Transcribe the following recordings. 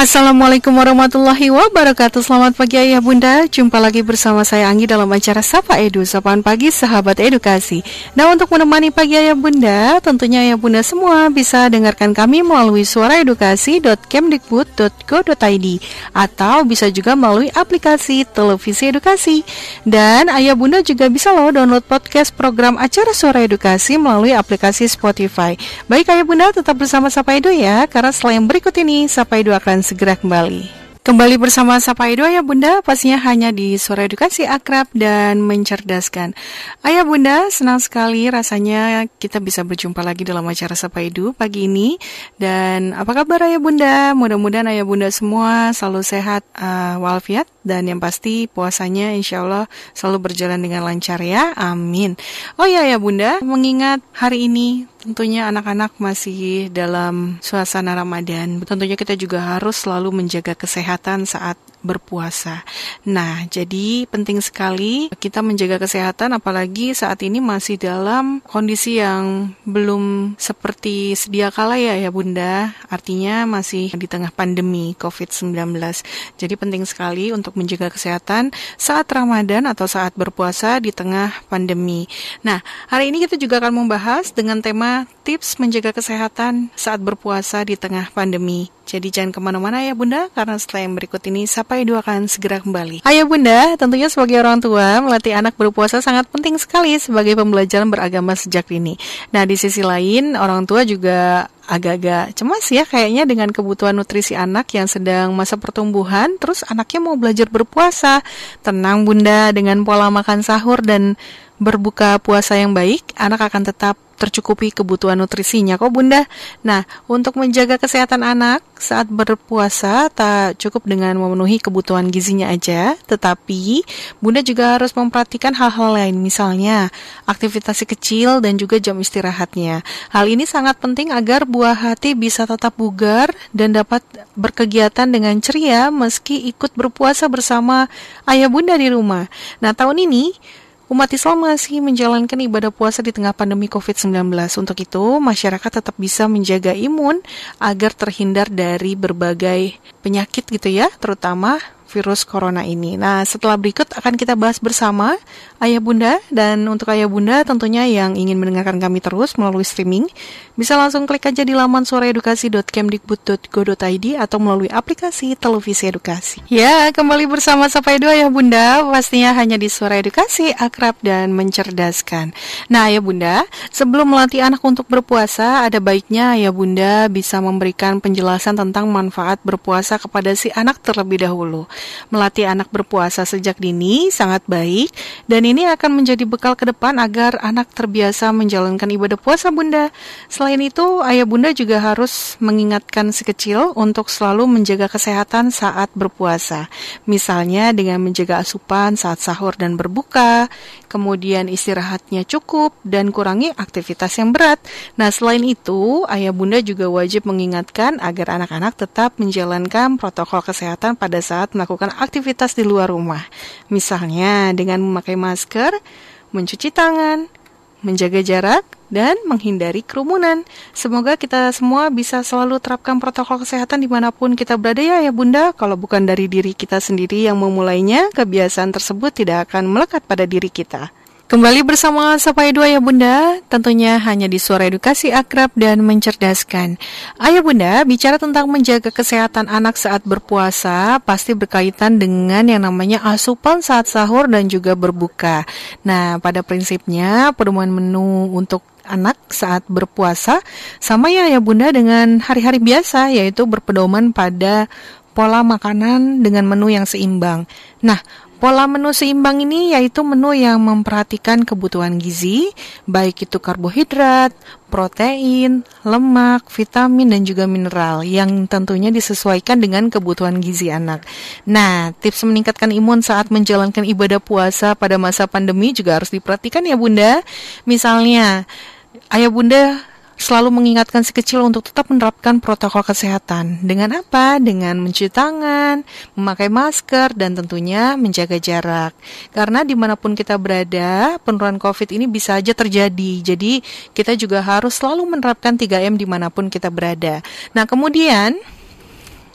Assalamualaikum warahmatullahi wabarakatuh. Selamat pagi ayah bunda. Jumpa lagi bersama saya Anggi dalam acara Sapa Edu, Sapaan Pagi Sahabat Edukasi. Nah, untuk menemani pagi ayah bunda, tentunya ayah bunda semua bisa dengarkan kami melalui suaraedukasi.kemdikbud.go.id atau bisa juga melalui aplikasi televisi edukasi. Dan ayah bunda juga bisa loh download podcast program acara Suara Edukasi melalui aplikasi Spotify. Baik ayah bunda, tetap bersama Sapa Edu ya, karena setelah yang berikut ini Sapa Edu akan segera kembali bersama Sapa Edu ayah bunda, pastinya hanya di Suara Edukasi Akrab dan Mencerdaskan. Ayah bunda, senang sekali rasanya kita bisa berjumpa lagi dalam acara Sapa Edu pagi ini. Dan apa kabar ayah bunda? Mudah-mudahan ayah bunda semua selalu sehat walafiat, dan yang pasti puasanya insya Allah selalu berjalan dengan lancar ya, amin. Oh ya ayah bunda, mengingat hari ini tentunya anak-anak masih dalam suasana Ramadan, tentunya kita juga harus selalu menjaga kesehatan saat berpuasa. Nah, jadi penting sekali kita menjaga kesehatan, apalagi saat ini masih dalam kondisi yang belum seperti sedia kala ya bunda. Artinya masih di tengah pandemi COVID-19. Jadi penting sekali untuk menjaga kesehatan saat Ramadan atau saat berpuasa di tengah pandemi. Nah, hari ini kita juga akan membahas dengan tema tips menjaga kesehatan saat berpuasa di tengah pandemi. Jadi jangan kemana-mana ya bunda, karena setelah yang berikut ini Sapa Edu akan segera kembali. Ayah bunda, tentunya sebagai orang tua, melatih anak berpuasa sangat penting sekali sebagai pembelajaran beragama sejak dini. Nah, di sisi lain, orang tua juga agak-agak cemas ya kayaknya dengan kebutuhan nutrisi anak yang sedang masa pertumbuhan, terus anaknya mau belajar berpuasa. Tenang bunda, dengan pola makan sahur dan berbuka puasa yang baik, anak akan tetap tercukupi kebutuhan nutrisinya kok bunda. Nah, untuk menjaga kesehatan anak saat berpuasa tak cukup dengan memenuhi kebutuhan gizinya aja, tetapi bunda juga harus memperhatikan hal-hal lain, misalnya aktivitas kecil dan juga jam istirahatnya. Hal ini sangat penting agar buah hati bisa tetap bugar dan dapat berkegiatan dengan ceria meski ikut berpuasa bersama ayah bunda di rumah. Nah, tahun ini umat Islam masih menjalankan ibadah puasa di tengah pandemi COVID-19. Untuk itu, masyarakat tetap bisa menjaga imun agar terhindar dari berbagai penyakit gitu ya, terutama virus corona ini. Nah, setelah berikut akan kita bahas bersama ayah bunda, dan untuk ayah bunda tentunya yang ingin mendengarkan kami terus melalui streaming, bisa langsung klik aja di laman suaraedukasi.kemdikbud.go.id atau melalui aplikasi televisi edukasi. Ya, kembali bersama Sapa Edu ayah bunda, pastinya hanya di Suara Edukasi Akrab dan Mencerdaskan. Nah ayah bunda, sebelum melatih anak untuk berpuasa, ada baiknya ayah bunda bisa memberikan penjelasan tentang manfaat berpuasa kepada si anak terlebih dahulu. Melatih anak berpuasa sejak dini sangat baik, dan ini akan menjadi bekal ke depan agar anak terbiasa menjalankan ibadah puasa bunda. Selain itu, ayah bunda juga harus mengingatkan si kecil untuk selalu menjaga kesehatan saat berpuasa. Misalnya dengan menjaga asupan saat sahur dan berbuka, kemudian istirahatnya cukup, dan kurangi aktivitas yang berat. Nah, selain itu, ayah bunda juga wajib mengingatkan agar anak-anak tetap menjalankan protokol kesehatan pada saat melakukan aktivitas di luar rumah. Misalnya dengan memakai masker, mencuci tangan, menjaga jarak, dan menghindari kerumunan. Semoga kita semua bisa selalu terapkan protokol kesehatan dimanapun kita berada ya bunda. Kalau bukan dari diri kita sendiri yang memulainya, kebiasaan tersebut tidak akan melekat pada diri kita. Kembali bersama Sapa Edu ayah bunda, tentunya hanya di Suara Edukasi Akrab dan Mencerdaskan. Ayah bunda, bicara tentang menjaga kesehatan anak saat berpuasa pasti berkaitan dengan yang namanya asupan saat sahur dan juga berbuka. Nah, pada prinsipnya pedoman menu untuk anak saat berpuasa sama ya bunda dengan hari-hari biasa, yaitu berpedoman pada pola makanan dengan menu yang seimbang. Nah, pola menu seimbang ini yaitu menu yang memperhatikan kebutuhan gizi, baik itu karbohidrat, protein, lemak, vitamin, dan juga mineral yang tentunya disesuaikan dengan kebutuhan gizi anak. Nah, tips meningkatkan imun saat menjalankan ibadah puasa pada masa pandemi juga harus diperhatikan ya bunda. Misalnya, ayah bunda selalu mengingatkan si kecil untuk tetap menerapkan protokol kesehatan. Dengan apa? Dengan mencuci tangan, memakai masker, dan tentunya menjaga jarak. Karena dimanapun kita berada, penurunan COVID ini bisa aja terjadi. Jadi kita juga harus selalu menerapkan 3M dimanapun kita berada. Nah kemudian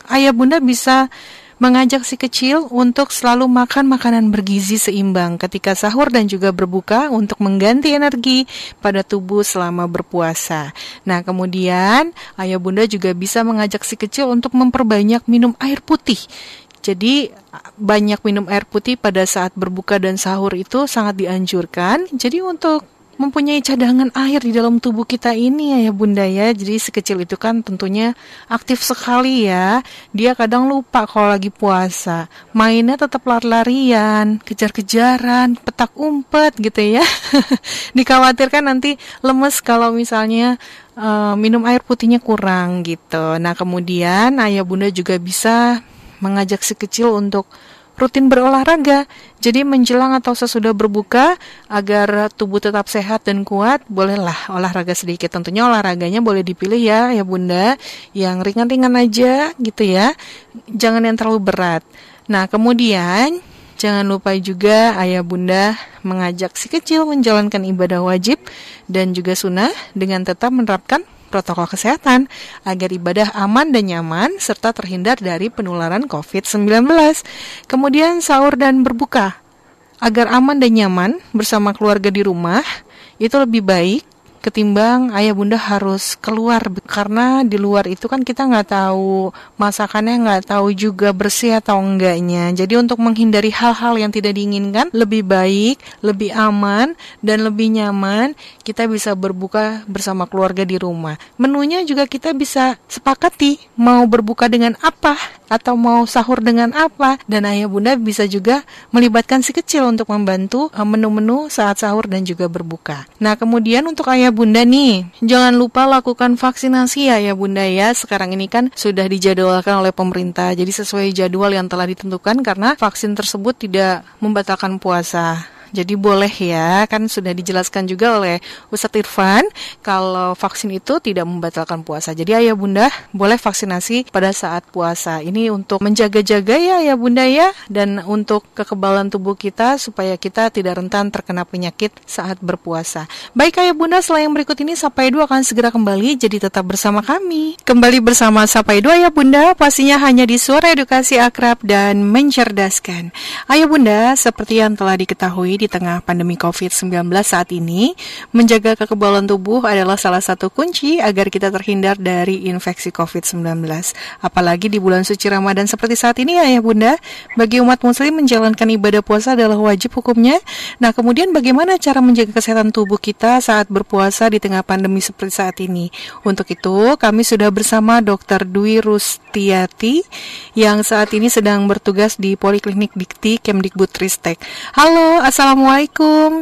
ayah bunda bisa mengajak si kecil untuk selalu makan makanan bergizi seimbang ketika sahur dan juga berbuka untuk mengganti energi pada tubuh selama berpuasa. Nah, kemudian ayah bunda juga bisa mengajak si kecil untuk memperbanyak minum air putih. Jadi banyak minum air putih pada saat berbuka dan sahur itu sangat dianjurkan. Jadi untuk mempunyai cadangan air di dalam tubuh kita ini ya bunda ya. Jadi si kecil itu kan tentunya aktif sekali ya. Dia kadang lupa kalau lagi puasa. Mainnya tetap lari-larian, kejar-kejaran, petak umpet gitu ya. Dikhawatirkan nanti lemes kalau misalnya minum air putihnya kurang gitu. Nah, kemudian ayah bunda juga bisa mengajak si kecil untuk rutin berolahraga. Jadi menjelang atau sesudah berbuka agar tubuh tetap sehat dan kuat, bolehlah olahraga sedikit. Tentunya olahraganya boleh dipilih ya bunda, yang ringan-ringan aja gitu ya. Jangan yang terlalu berat. Nah, kemudian jangan lupa juga ayah bunda mengajak si kecil menjalankan ibadah wajib dan juga sunnah dengan tetap menerapkan protokol kesehatan agar ibadah aman dan nyaman serta terhindar dari penularan COVID-19. Kemudian sahur dan berbuka agar aman dan nyaman bersama keluarga di rumah itu lebih baik ketimbang ayah bunda harus keluar, karena di luar itu kan kita nggak tahu masakannya, nggak tahu juga bersih atau enggaknya. Jadi untuk menghindari hal-hal yang tidak diinginkan, lebih baik, lebih aman dan lebih nyaman kita bisa berbuka bersama keluarga di rumah. Menunya juga kita bisa sepakati mau berbuka dengan apa atau mau sahur dengan apa, dan ayah bunda bisa juga melibatkan si kecil untuk membantu menu-menu saat sahur dan juga berbuka. Nah, kemudian untuk ayah bunda nih, jangan lupa lakukan vaksinasi ya bunda ya. Sekarang ini kan sudah dijadwalkan oleh pemerintah, jadi sesuai jadwal yang telah ditentukan karena vaksin tersebut tidak membatalkan puasa. Jadi boleh ya, kan sudah dijelaskan juga oleh Ustadz Irfan kalau vaksin itu tidak membatalkan puasa. Jadi ayah bunda boleh vaksinasi pada saat puasa. Ini untuk menjaga-jaga ya bunda ya, dan untuk kekebalan tubuh kita supaya kita tidak rentan terkena penyakit saat berpuasa. Baik ayah bunda, setelah yang berikut ini Sapa Edu akan segera kembali, jadi tetap bersama kami. Kembali bersama Sapa Edu ayah bunda, pastinya hanya di Suara Edukasi Akrab dan Mencerdaskan. Ayah bunda, seperti yang telah diketahui di tengah pandemi COVID-19 saat ini, menjaga kekebalan tubuh adalah salah satu kunci agar kita terhindar dari infeksi COVID-19. Apalagi di bulan suci Ramadan seperti saat ini ya bunda, bagi umat muslim menjalankan ibadah puasa adalah wajib hukumnya. Nah, kemudian bagaimana cara menjaga kesehatan tubuh kita saat berpuasa di tengah pandemi seperti saat ini? Untuk itu, kami sudah bersama Dr. Dwi Rustiati yang saat ini sedang bertugas di Poliklinik Dikti Kemdikbudristek. Halo, Assalamualaikum.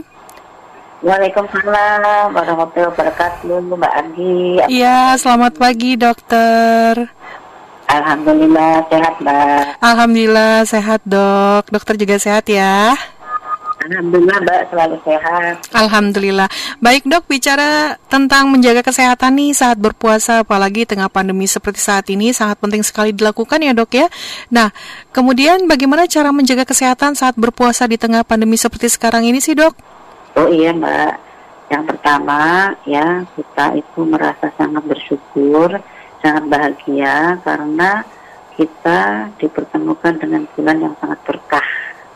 Waalaikumsalam warahmatullahi wabarakatuh, Mbak Andi. Iya, selamat pagi dokter. Alhamdulillah sehat, Mbak. Alhamdulillah sehat dok. Dokter juga sehat ya? Alhamdulillah Mbak, selalu sehat. Alhamdulillah. Baik dok, bicara tentang menjaga kesehatan nih saat berpuasa, apalagi tengah pandemi seperti saat ini, sangat penting sekali dilakukan ya dok ya. Nah, kemudian bagaimana cara menjaga kesehatan saat berpuasa di tengah pandemi seperti sekarang ini sih dok? Oh iya Mbak, yang pertama ya kita itu merasa sangat bersyukur, sangat bahagia karena kita dipertemukan dengan bulan yang sangat berkah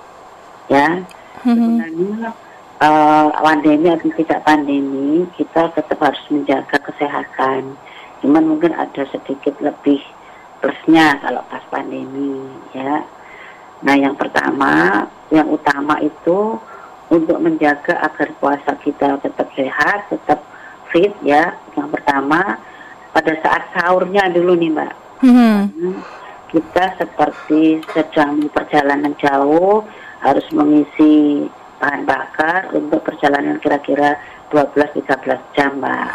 ya. Sebenarnya pandemi atau tidak pandemi, kita tetap harus menjaga kesehatan. Cuman mungkin ada sedikit lebih plusnya kalau pas pandemi ya. Nah, yang pertama, yang utama itu untuk menjaga agar puasa kita tetap sehat, tetap fit ya. Yang pertama, pada saat sahurnya dulu nih Mbak. Kita seperti sedang perjalanan jauh, harus mengisi bahan bakar untuk perjalanan kira-kira 12-13 jam, Mbak.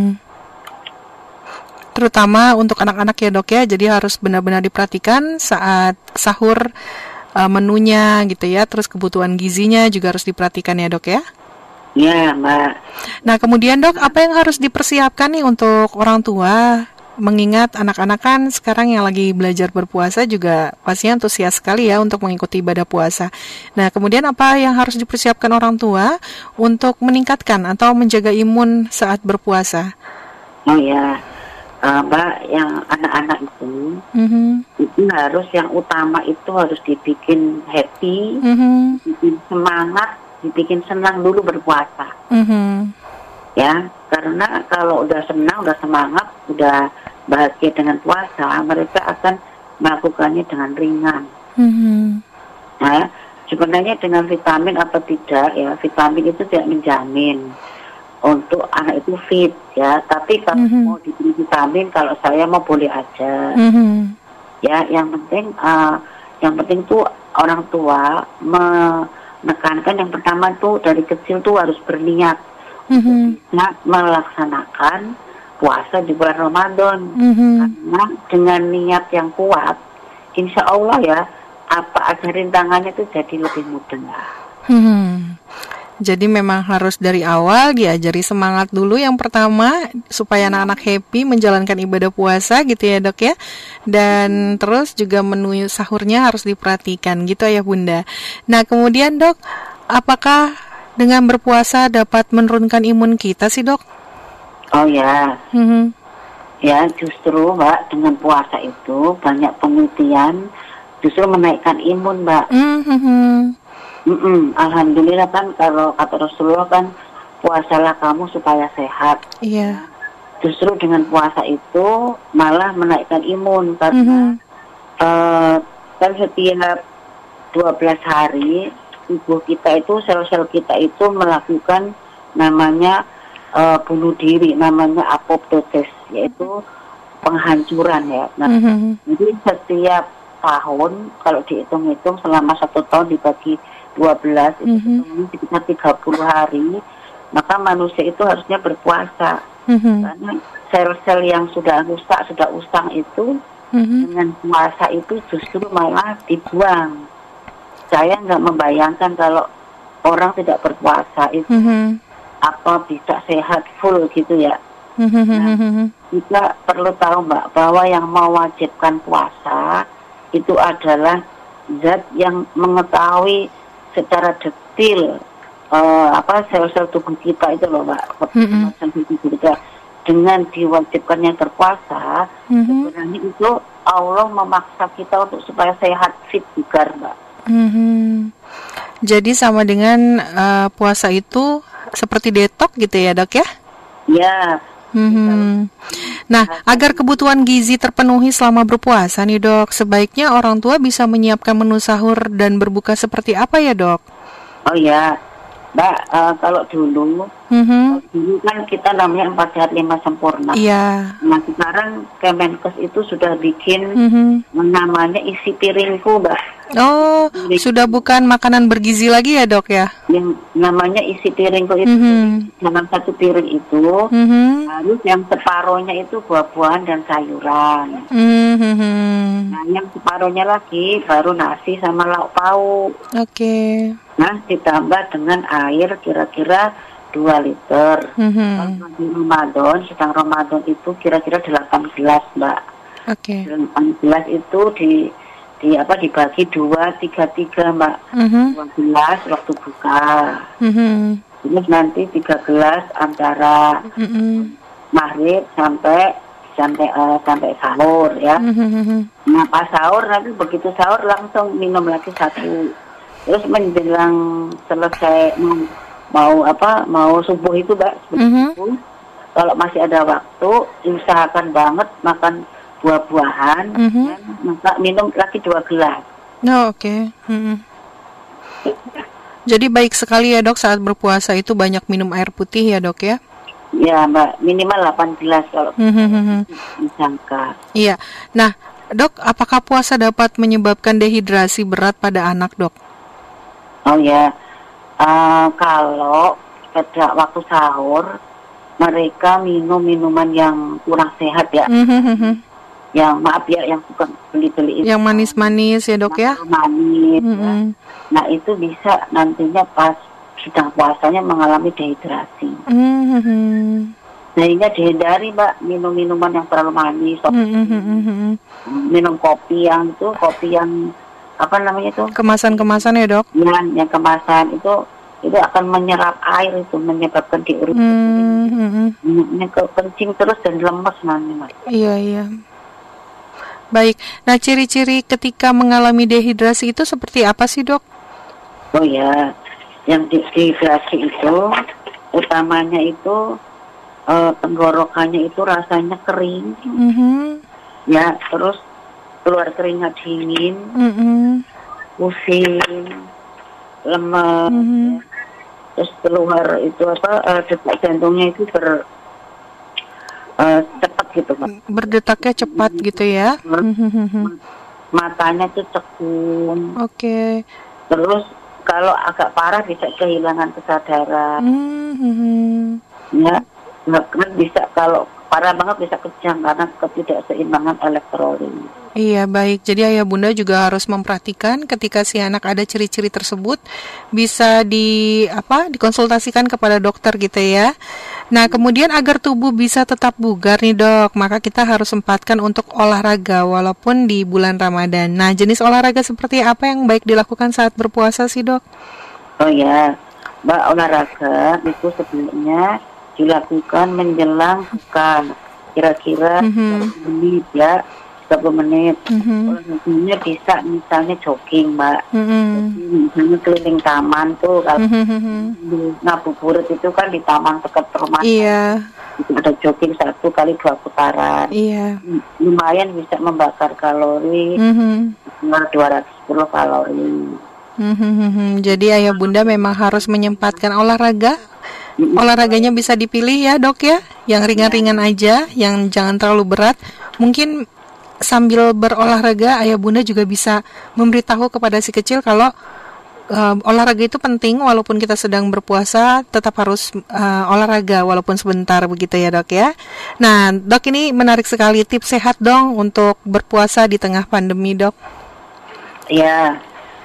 Terutama untuk anak-anak ya dok ya, jadi harus benar-benar diperhatikan saat sahur menunya gitu ya, terus kebutuhan gizinya juga harus diperhatikan ya dok ya. Ya Mbak. Nah kemudian dok, apa yang harus dipersiapkan nih untuk orang tua? Mengingat anak-anak kan sekarang yang lagi belajar berpuasa juga pastinya antusias sekali ya untuk mengikuti ibadah puasa. Nah, kemudian apa yang harus dipersiapkan orang tua untuk meningkatkan atau menjaga imun saat berpuasa? Oh ya, Mbak, yang anak-anak itu Mhm. itu harus yang utama itu harus dibikin happy, Mhm. dibikin semangat, dibikin senang dulu berpuasa. Mhm. Ya, karena kalau udah senang, udah semangat, udah bahagia dengan puasa, mereka akan melakukannya dengan ringan. Mhm. Nah, sebenarnya dengan vitamin atau tidak ya, vitamin itu tidak menjamin untuk anak itu fit ya. Tapi kalau mau Mhm. diberi vitamin, kalau saya mau boleh aja. Mhm. Ya, yang penting tuh orang tua menekankan yang pertama tuh dari kecil tuh harus berniat untuk Mhm. bisa melaksanakan puasa di bulan Ramadan. Mhm. Karena dengan niat yang kuat, insya Allah ya, apa aja rintangannya itu jadi lebih mudah. Mhm. Jadi memang harus dari awal diajari semangat dulu yang pertama supaya anak-anak happy menjalankan ibadah puasa gitu ya dok ya. Dan terus juga menu sahurnya harus diperhatikan gitu ya bunda. Nah kemudian dok, apakah dengan berpuasa dapat menurunkan imun kita sih dok? Oh ya, Mhm. ya justru Mbak dengan puasa itu banyak penelitian justru menaikkan imun Mbak. Mhm. Alhamdulillah kan kalau kata Rasulullah kan puasalah kamu supaya sehat. Iya. Justru dengan puasa itu malah menaikkan imun karena Mhm. kan setiap 12 hari tubuh kita itu sel-sel kita itu melakukan namanya bunuh diri, namanya apoptosis, yaitu penghancuran ya. Nah, Mhm. jadi setiap tahun kalau dihitung-hitung selama 1 tahun dibagi 12 itu Mhm. ketemunya sekitar 30 hari, maka manusia itu harusnya berpuasa. Mhm. Karena sel-sel yang sudah rusak, sudah usang itu Mhm. dengan puasa itu justru malah dibuang. Saya nggak membayangkan kalau orang tidak berpuasa itu Mhm. apa bisa sehat full gitu ya. Nah, Mhm. kita perlu tahu Mbak bahwa yang mewajibkan puasa itu adalah zat yang mengetahui secara detail sel-sel tubuh kita itu loh Mbak, Mhm. sel tubuh kita. Dengan diwajibkannya berpuasa, Mhm. sebenarnya itu Allah memaksa kita untuk supaya sehat, fit, bugar Mbak. Mhm. Jadi sama dengan puasa itu seperti detok gitu ya dok ya? Ya, jadi kalau Mhm. Nah, agar kebutuhan gizi terpenuhi selama berpuasa nih dok, sebaiknya orang tua bisa menyiapkan menu sahur dan berbuka seperti apa ya dok? oh ya Mbak, kalau dulu Mhm. kan kita namanya 4 sehat 5 sempurna. Iya. Nah sekarang Kemenkes itu sudah bikin Mhm. namanya isi piringku Mbak. Oh, sudah bukan makanan bergizi lagi ya dok ya? Yang namanya isi piringku itu Mhm. dalam satu piring itu Mhm. harus yang separohnya itu buah-buahan dan sayuran. Mhm. Nah yang separohnya lagi baru nasi sama lauk pauk. Oke. Nah ditambah dengan air kira-kira 2 liter. Kalau Mhm. di Ramadan, sedang Ramadan itu kira-kira 8 gelas Mbak. Oke. 8 gelas itu dibagi 2, 3, 3 Mbak. Mhm. 2 gelas waktu buka. Mhm. Terus nanti 3 gelas antara Mhm. maghrib sampai sahur ya. Mhm. Nah pas sahur nanti begitu sahur langsung minum lagi 1. Terus menjelang selesai mau subuh itu Mbak, Mhm. subuh, kalau masih ada waktu usahakan banget makan buah-buahan Mhm. dan maka minum lagi 2 gelas. Oh, oke. Mhm. Jadi baik sekali ya dok saat berpuasa itu banyak minum air putih ya dok ya? Ya Mbak, minimal 8 gelas kalau Mhm. disangka. Iya. Nah, dok, apakah puasa dapat menyebabkan dehidrasi berat pada anak dok? Oh ya, kalau pada waktu sahur mereka minum minuman yang kurang sehat ya, Mhm. yang maaf ya, yang suka beli-beli Yang manis-manis ya dok ya? manis ya. Mhm. Nah itu bisa nantinya pas sedang puasanya mengalami dehidrasi. Mhm. Sehingga dihindari Mbak minum minuman yang terlalu manis, Mhm. minum kopi yang apa namanya itu? Kemasan-kemasan ya dok? Yang kemasan itu itu akan menyerap air, itu menyebabkan diurut kencing terus dan lemes nanti, Mas. Iya. Baik. Nah, ciri-ciri ketika mengalami dehidrasi itu seperti apa sih, Dok? Oh ya, yang dehidrasi itu utamanya itu tenggorokannya itu rasanya kering, ya, terus keluar keringat dingin, pusing, lemes, terus keluar itu detak jantungnya itu cepat gitu, Pak. Berdetaknya cepat gitu ya. Matanya tuh cekung. Oke. Terus kalau agak parah bisa kehilangan kesadaran. Ya, nggak bisa, kalau parah banget bisa kejang karena ketidakseimbangan elektrolit. Iya, baik. Jadi ayah bunda juga harus memperhatikan ketika si anak ada ciri-ciri tersebut, bisa dikonsultasikan kepada dokter gitu ya. Nah, kemudian agar tubuh bisa tetap bugar nih, Dok, maka kita harus sempatkan untuk olahraga walaupun di bulan Ramadan. Nah, jenis olahraga seperti apa yang baik dilakukan saat berpuasa sih, Dok? Oh ya, Mbak, olahraga itu sebenarnya dilakukan menjelang buka, kira-kira 30 menit ya. 30 menit. Olahraganya bisa misalnya jogging, Mbak. Misalnya keliling taman tuh, kalau ngabuburit itu kan di taman dekat rumah. Iya. Itu ada jogging 1 kali 2 putaran. Iya. Lumayan bisa membakar kalori, 210 kalori. Jadi ayah bunda memang harus menyempatkan olahraga. Olahraganya bisa dipilih ya, Dok ya, yang ringan-ringan aja, yang jangan terlalu berat. Mungkin sambil berolahraga ayah bunda juga bisa memberitahu kepada si kecil kalau olahraga itu penting, walaupun kita sedang berpuasa tetap harus olahraga walaupun sebentar, begitu ya, Dok ya. Nah, Dok, ini menarik sekali, tips sehat dong untuk berpuasa di tengah pandemi, Dok. Ya,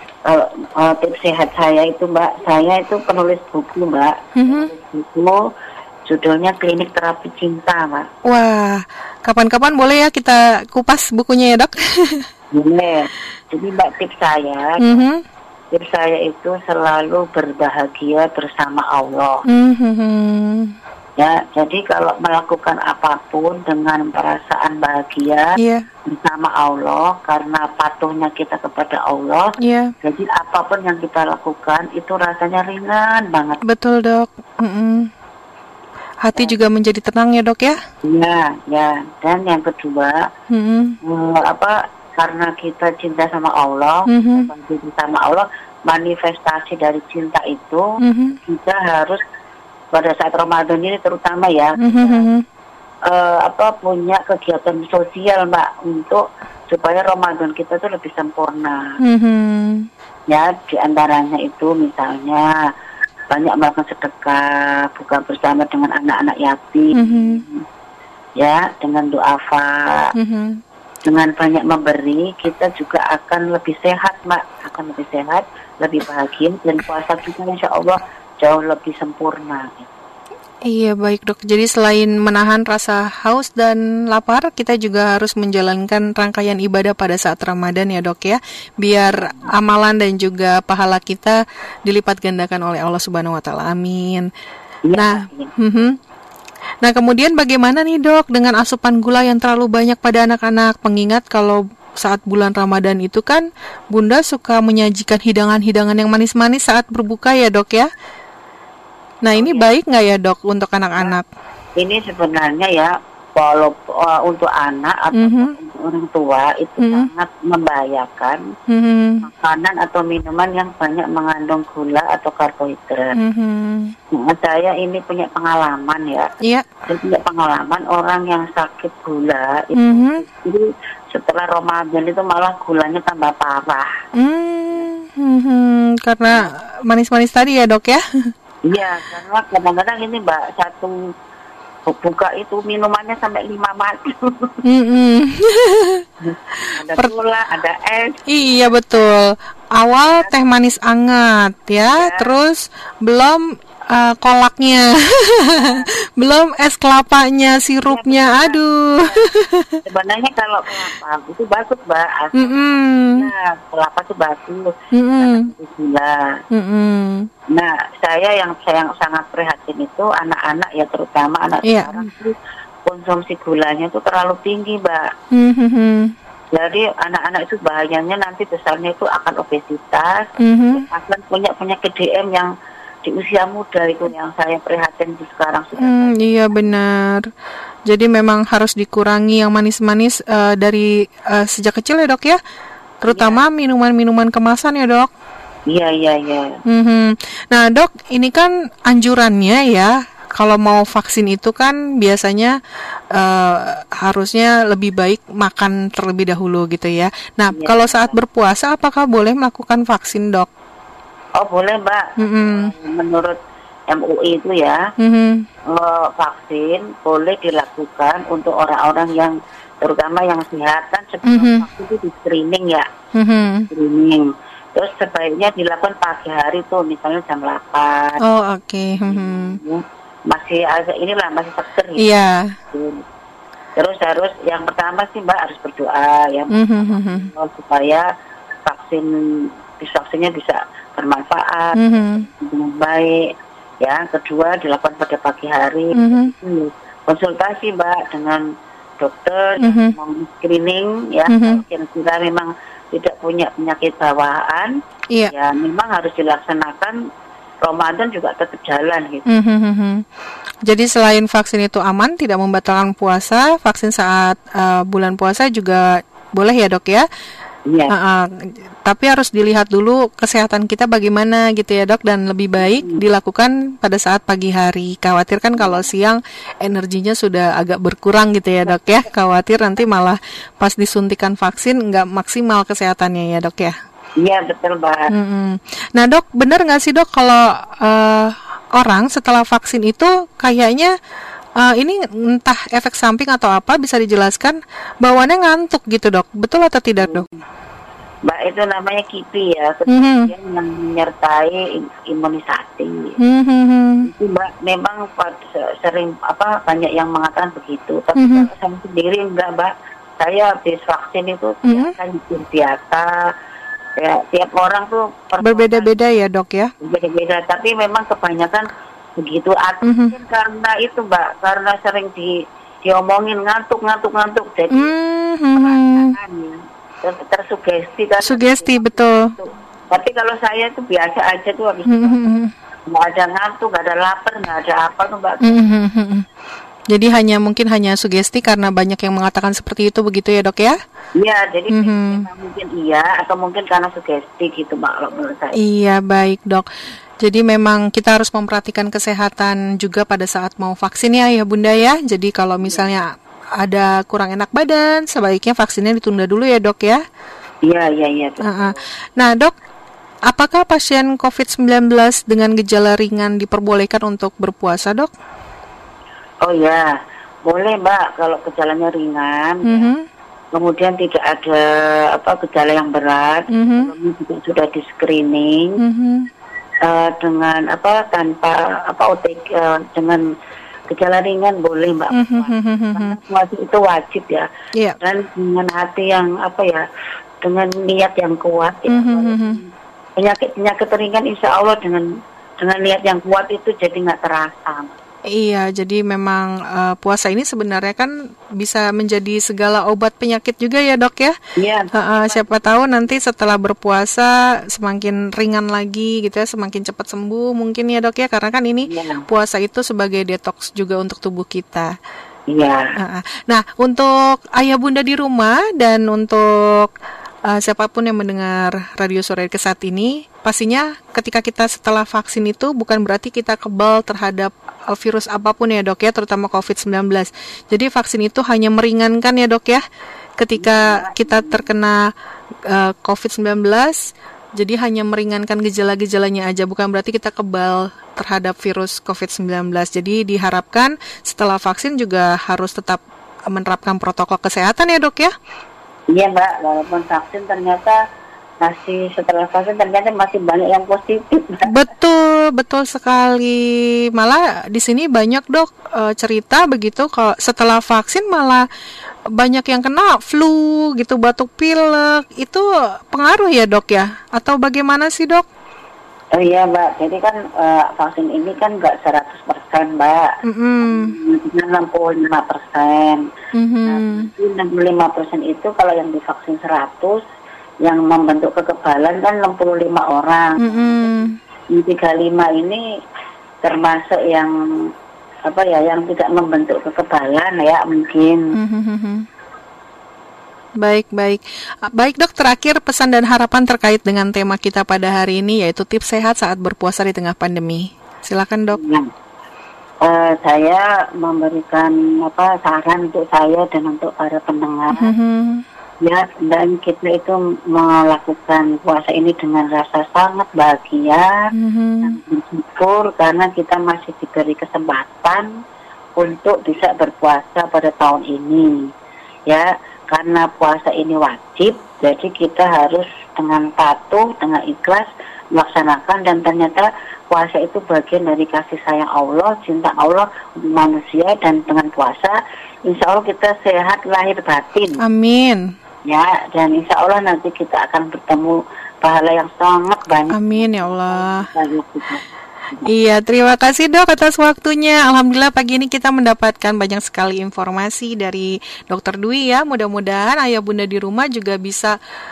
tips sehat saya itu, Mbak, saya itu penulis buku, Mbak. Penulis buku judulnya Klinik Terapi Cinta, Mbak. Wah, kapan-kapan boleh ya kita kupas bukunya ya, Dok? Boleh. Jadi, Mbak, tips saya itu selalu berbahagia bersama Allah. Ya, jadi kalau melakukan apapun dengan perasaan bahagia bersama Allah, karena patuhnya kita kepada Allah, jadi apapun yang kita lakukan itu rasanya ringan banget. Betul, Dok. Hati juga menjadi tenang ya, Dok ya? Ya. Dan yang kedua, karena kita cinta sama Allah, manifestasi dari cinta itu, kita harus pada saat Ramadan ini terutama ya, punya kegiatan sosial, Mbak, untuk supaya Ramadan kita tuh lebih sempurna. Ya, diantaranya itu misalnya banyak melakukan sedekah, buka bersama dengan anak-anak yatim, ya, dengan duafa, dengan banyak memberi, kita juga akan lebih sehat, Mbak, lebih bahagia, dan puasa kita insya Allah jauh lebih sempurna. Iya, baik, Dok. Jadi selain menahan rasa haus dan lapar, kita juga harus menjalankan rangkaian ibadah pada saat Ramadan ya, Dok ya, biar amalan dan juga pahala kita dilipat gandakan oleh Allah Subhanahu wa taala. Amin. Nah, nah, kemudian bagaimana nih, Dok, dengan asupan gula yang terlalu banyak pada anak-anak? Pengingat kalau saat bulan Ramadan itu kan Bunda suka menyajikan hidangan-hidangan yang manis-manis saat berbuka ya, Dok ya. Nah, ini baik nggak ya, Dok, untuk anak-anak? Ini sebenarnya ya, kalau untuk anak atau untuk orang tua itu sangat membahayakan makanan atau minuman yang banyak mengandung gula atau karbohidrat. Nah, saya ini punya pengalaman ya. Saya punya pengalaman orang yang sakit gula itu setelah Ramadan itu malah gulanya tambah parah. Karena manis-manis tadi ya, Dok ya? Iya, karena kadang-kadang ini, Mbak, satu buka itu minumannya sampai 5 macam. Ada gula, ada es. Iya, betul. Awal teh manis anget ya, terus belum kolaknya, belum es kelapanya, sirupnya, aduh. Sebenarnya kalau kelapa itu bagus, Mbak. Mm-mm. Nah, kelapa itu bagus. Mm-mm. Karena gula. Mm-mm. Nah, saya yang sangat prihatin itu anak-anak ya, terutama anak Iya. sekarang itu konsumsi gulanya itu terlalu tinggi, Mbak. Mhm. Jadi anak-anak itu bahayanya nanti besarnya itu akan obesitas, Mhm. akan punya penyakit DM yang di usia muda, itu yang saya prihatin di sekarang sudah. Iya benar. Jadi memang harus dikurangi yang manis-manis dari sejak kecil ya dok ya, terutama minuman-minuman kemasan ya dok. Iya, iya, iya. Mhm. Nah dok, ini kan anjurannya ya, kalau mau vaksin itu kan biasanya harusnya lebih baik makan terlebih dahulu gitu ya. Nah Iya. kalau saat berpuasa apakah boleh melakukan vaksin dok? Oh boleh, Mbak. Mhm. Menurut MUI itu ya, Mhm. vaksin boleh dilakukan untuk orang-orang yang terutama yang sehat, kan sebelum Mhm. vaksin itu di screening ya, Mhm. screening. Terus sebaiknya dilakukan pagi hari tuh, misalnya jam 8. Oh oke. Mhm. Ya. Masih agak inilah, masih seger ya. Iya. Terus harus yang pertama sih Mbak harus berdoa ya, Mhm. supaya vaksinnya bisa bermanfaat Mhm. dengan baik. Ya, kedua dilakukan pada pagi hari. Mhm. Konsultasi Mbak dengan dokter Mhm. yang mau screening ya, Mhm. kalau kira-kira memang tidak punya penyakit bawaan, Iya. ya memang harus dilaksanakan. Ramadan juga tetap jalan gitu. Mhm. Jadi selain vaksin itu aman, tidak membatalkan puasa, vaksin saat bulan puasa juga boleh ya dok ya. Iya. Tapi harus dilihat dulu kesehatan kita bagaimana gitu ya dok, dan lebih baik dilakukan pada saat pagi hari. Khawatir kan kalau siang energinya sudah agak berkurang gitu ya dok ya. Khawatir nanti malah pas disuntikan vaksin nggak maksimal kesehatannya ya dok ya. Iya betul Mbak. Nah dok, benar nggak sih dok kalau orang setelah vaksin itu kayaknya ini entah efek samping atau apa, bisa dijelaskan, bawaannya ngantuk gitu dok, betul atau tidak dok? Mbak, itu namanya KIPI ya, kemudian yang menyertai imunisasi. Itu Mbak memang sering banyak yang mengatakan begitu, tapi kalau saya sendiri enggak Mbak. Saya habis vaksin itu biasa. Ya, tiap orang tuh berbeda-beda ya dok ya. Berbeda-beda, tapi memang kebanyakan begitu. Mungkin karena itu Mbak, karena sering diomongin ngantuk, jadi perasaan ya, tersugesti kan. Sugesti betul. Tapi kalau saya itu biasa aja tuh, habis nggak ada ngantuk, nggak ada lapar, nggak ada apa tuh Mbak. Jadi mungkin hanya sugesti karena banyak yang mengatakan seperti itu, begitu ya dok ya? Iya, jadi mungkin iya, atau mungkin karena sugesti gitu Mbak, kalau menurut saya. Iya, baik dok. Jadi memang kita harus memperhatikan kesehatan juga pada saat mau vaksin ya bunda ya. Jadi kalau misalnya ada kurang enak badan, sebaiknya vaksinnya ditunda dulu ya dok ya? Iya. Nah dok, apakah pasien COVID-19 dengan gejala ringan diperbolehkan untuk berpuasa dok? Oh ya, boleh Mbak kalau gejalanya ringan, ya. Kemudian tidak ada gejala yang berat, juga sudah di screening dengan tanpa OTG, dengan gejala ringan boleh Mbak. Karena puasa itu wajib ya, dan dengan hati yang dengan niat yang kuat ya. Penyakit ringan insya Allah dengan niat yang kuat itu jadi nggak terasa. Iya, jadi memang puasa ini sebenarnya kan bisa menjadi segala obat penyakit juga ya dok ya. Iya. Siapa tahu nanti setelah berpuasa semakin ringan lagi gitu ya, semakin cepat sembuh mungkin ya dok ya, karena kan ini puasa itu sebagai detox juga untuk tubuh kita. Iya. Nah, untuk ayah bunda di rumah dan untuk siapapun yang mendengar Radio Suara Eduka saat ini, pastinya ketika kita setelah vaksin itu bukan berarti kita kebal terhadap virus apapun ya dok ya, terutama COVID-19. Jadi vaksin itu hanya meringankan ya dok ya, ketika kita terkena COVID-19, jadi hanya meringankan gejala-gejalanya aja, bukan berarti kita kebal terhadap virus COVID-19. Jadi diharapkan setelah vaksin juga harus tetap menerapkan protokol kesehatan ya dok ya. Iya Mbak, walaupun vaksin ternyata masih setelah vaksin ternyata masih banyak yang positif. Betul, betul sekali. Malah di sini banyak dok cerita begitu kalau setelah vaksin malah banyak yang kena flu gitu, batuk pilek. Itu pengaruh ya dok ya? Atau bagaimana sih dok? Oh iya Mbak, jadi kan vaksin ini kan nggak 100% Mbak, 65%. Nah, 65% itu kalau yang divaksin 100, yang membentuk kekebalan kan 65 orang. Yang 35 ini termasuk yang yang tidak membentuk kekebalan ya mungkin. Baik dok, terakhir pesan dan harapan terkait dengan tema kita pada hari ini, yaitu tips sehat saat berpuasa di tengah pandemi. Silakan dok. Saya memberikan saran untuk saya dan untuk para pendengar. Ya, dan kita itu melakukan puasa ini dengan rasa sangat bahagia dan bersyukur karena kita masih diberi kesempatan untuk bisa berpuasa pada tahun ini. Ya, karena puasa ini wajib, jadi kita harus dengan patuh, dengan ikhlas melaksanakan, dan ternyata puasa itu bagian dari kasih sayang Allah, cinta Allah untuk manusia, dan dengan puasa insya Allah kita sehat lahir batin. Amin. Ya, dan insya Allah nanti kita akan bertemu pahala yang sangat banyak. Amin ya Allah. Iya, terima kasih dok atas waktunya. Alhamdulillah pagi ini kita mendapatkan banyak sekali informasi dari Dokter Dwi ya. Mudah-mudahan ayah bunda di rumah juga bisa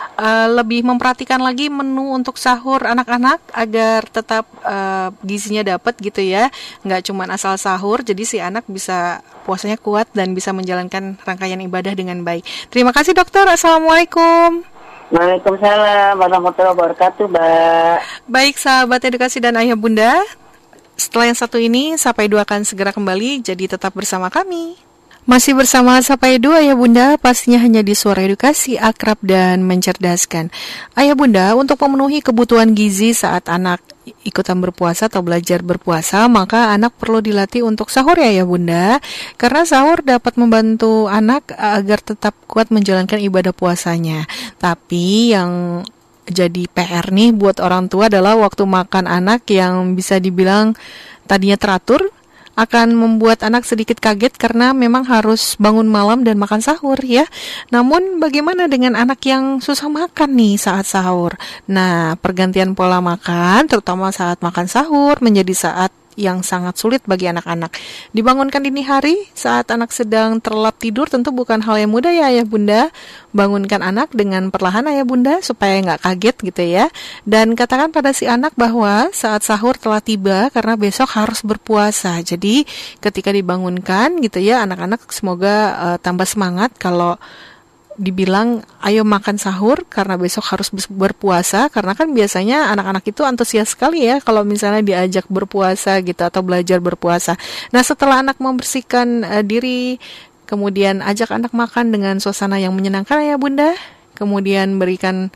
lebih memperhatikan lagi menu untuk sahur anak-anak agar tetap gizinya dapat gitu ya. Nggak cuma asal sahur, jadi si anak bisa puasanya kuat dan bisa menjalankan rangkaian ibadah dengan baik. Terima kasih dokter. Assalamualaikum. Waalaikumsalam warahmatullahi wabarakatuh, Mbak. Baik sahabat edukasi dan ayah bunda, setelah yang satu ini Sapa Edu akan segera kembali, jadi tetap bersama kami. Masih bersama Sapa Edu ayah bunda, pastinya hanya di Suara Edukasi, akrab dan mencerdaskan. Ayah bunda, untuk memenuhi kebutuhan gizi saat anak ikutan berpuasa atau belajar berpuasa, maka anak perlu dilatih untuk sahur ya ayah bunda, karena sahur dapat membantu anak agar tetap kuat menjalankan ibadah puasanya. Tapi yang jadi PR nih buat orang tua adalah waktu makan anak yang bisa dibilang tadinya teratur akan membuat anak sedikit kaget karena memang harus bangun malam dan makan sahur ya. Namun bagaimana dengan anak yang susah makan nih saat sahur? Nah, pergantian pola makan terutama saat makan sahur menjadi saat yang sangat sulit bagi anak-anak. Dibangunkan dini hari saat anak sedang terlelap tidur tentu bukan hal yang mudah ya ayah bunda. Bangunkan anak dengan perlahan ayah bunda supaya nggak kaget gitu ya. Dan katakan pada si anak bahwa saat sahur telah tiba karena besok harus berpuasa. Jadi ketika dibangunkan gitu ya, anak-anak semoga tambah semangat kalau dibilang ayo makan sahur karena besok harus berpuasa, karena kan biasanya anak-anak itu antusias sekali ya kalau misalnya diajak berpuasa gitu atau belajar berpuasa. Nah, setelah anak membersihkan diri, kemudian ajak anak makan dengan suasana yang menyenangkan ya bunda, kemudian berikan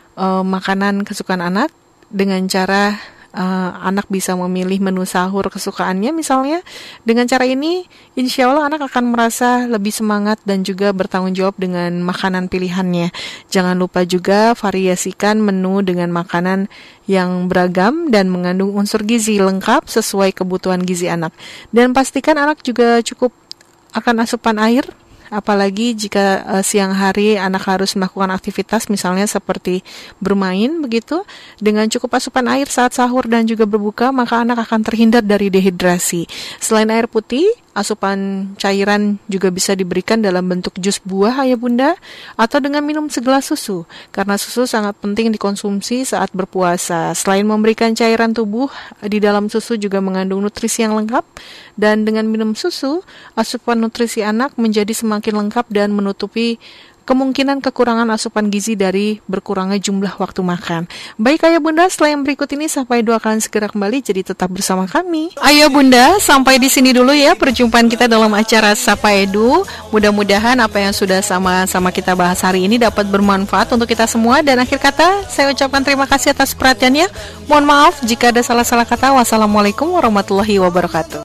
makanan kesukaan anak dengan cara anak bisa memilih menu sahur kesukaannya misalnya. Dengan cara ini insya Allah anak akan merasa lebih semangat dan juga bertanggung jawab dengan makanan pilihannya. Jangan lupa juga variasikan menu dengan makanan yang beragam dan mengandung unsur gizi lengkap sesuai kebutuhan gizi anak. Dan pastikan anak juga cukup akan asupan air, apalagi jika siang hari anak harus melakukan aktivitas misalnya seperti bermain begitu. Dengan cukup asupan air saat sahur dan juga berbuka, maka anak akan terhindar dari dehidrasi. Selain air putih, asupan cairan juga bisa diberikan dalam bentuk jus buah ayah bunda atau dengan minum segelas susu, karena susu sangat penting dikonsumsi saat berpuasa. Selain memberikan cairan tubuh, di dalam susu juga mengandung nutrisi yang lengkap, dan dengan minum susu, asupan nutrisi anak menjadi semakin lengkap dan menutupi kemungkinan kekurangan asupan gizi dari berkurangnya jumlah waktu makan. Baik ayah bunda, setelah yang berikut ini Sapa Edu akan segera kembali, jadi tetap bersama kami. Ayah bunda, sampai di sini dulu ya perjumpaan kita dalam acara Sapa Edu. Mudah-mudahan apa yang sudah sama-sama kita bahas hari ini dapat bermanfaat untuk kita semua. Dan akhir kata, saya ucapkan terima kasih atas perhatiannya. Mohon maaf jika ada salah-salah kata. Wassalamualaikum warahmatullahi wabarakatuh.